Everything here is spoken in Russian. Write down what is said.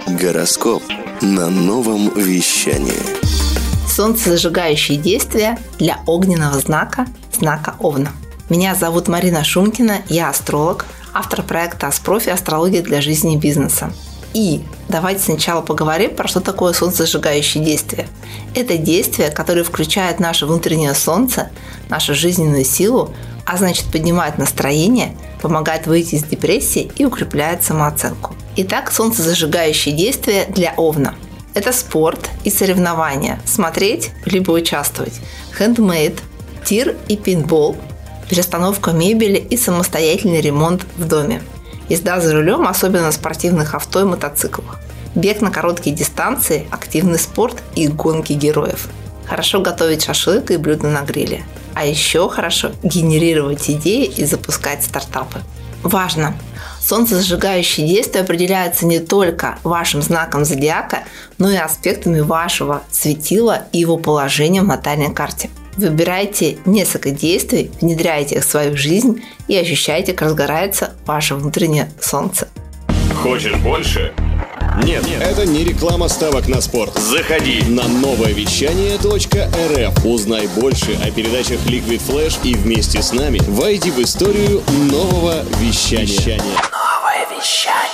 Гороскоп на новом вещании. Солнцезажигающие действия для огненного знака Овна. Меня зовут Марина Шумкина, я астролог, автор проекта «Аспрофи. Астрология для жизни и бизнеса». И давайте сначала поговорим про что такое солнцезажигающие действия. Это действия, которые включают наше внутреннее солнце, нашу жизненную силу, а значит поднимает настроение, помогает выйти из депрессии и укрепляет самооценку. Итак, солнцезажигающие действия для Овна. Это спорт и соревнования, смотреть либо участвовать, хендмейд, тир и пейнтбол, перестановка мебели и самостоятельный ремонт в доме, езда за рулем, особенно на спортивных авто и мотоциклах, бег на короткие дистанции, активный спорт и гонки героев. Хорошо готовить шашлык и блюда на гриле. А еще хорошо генерировать идеи и запускать стартапы. Важно! Солнцезажигающие действия определяются не только вашим знаком зодиака, но и аспектами вашего светила и его положением в натальной карте. Выбирайте несколько действий, внедряйте их в свою жизнь и ощущайте, как разгорается ваше внутреннее солнце. Хочешь больше? Нет, это не реклама ставок на спорт. Заходи на нововещание.рф. Узнай больше о передачах Liquid Flash и вместе с нами войди в историю нового вещания. Новое вещание.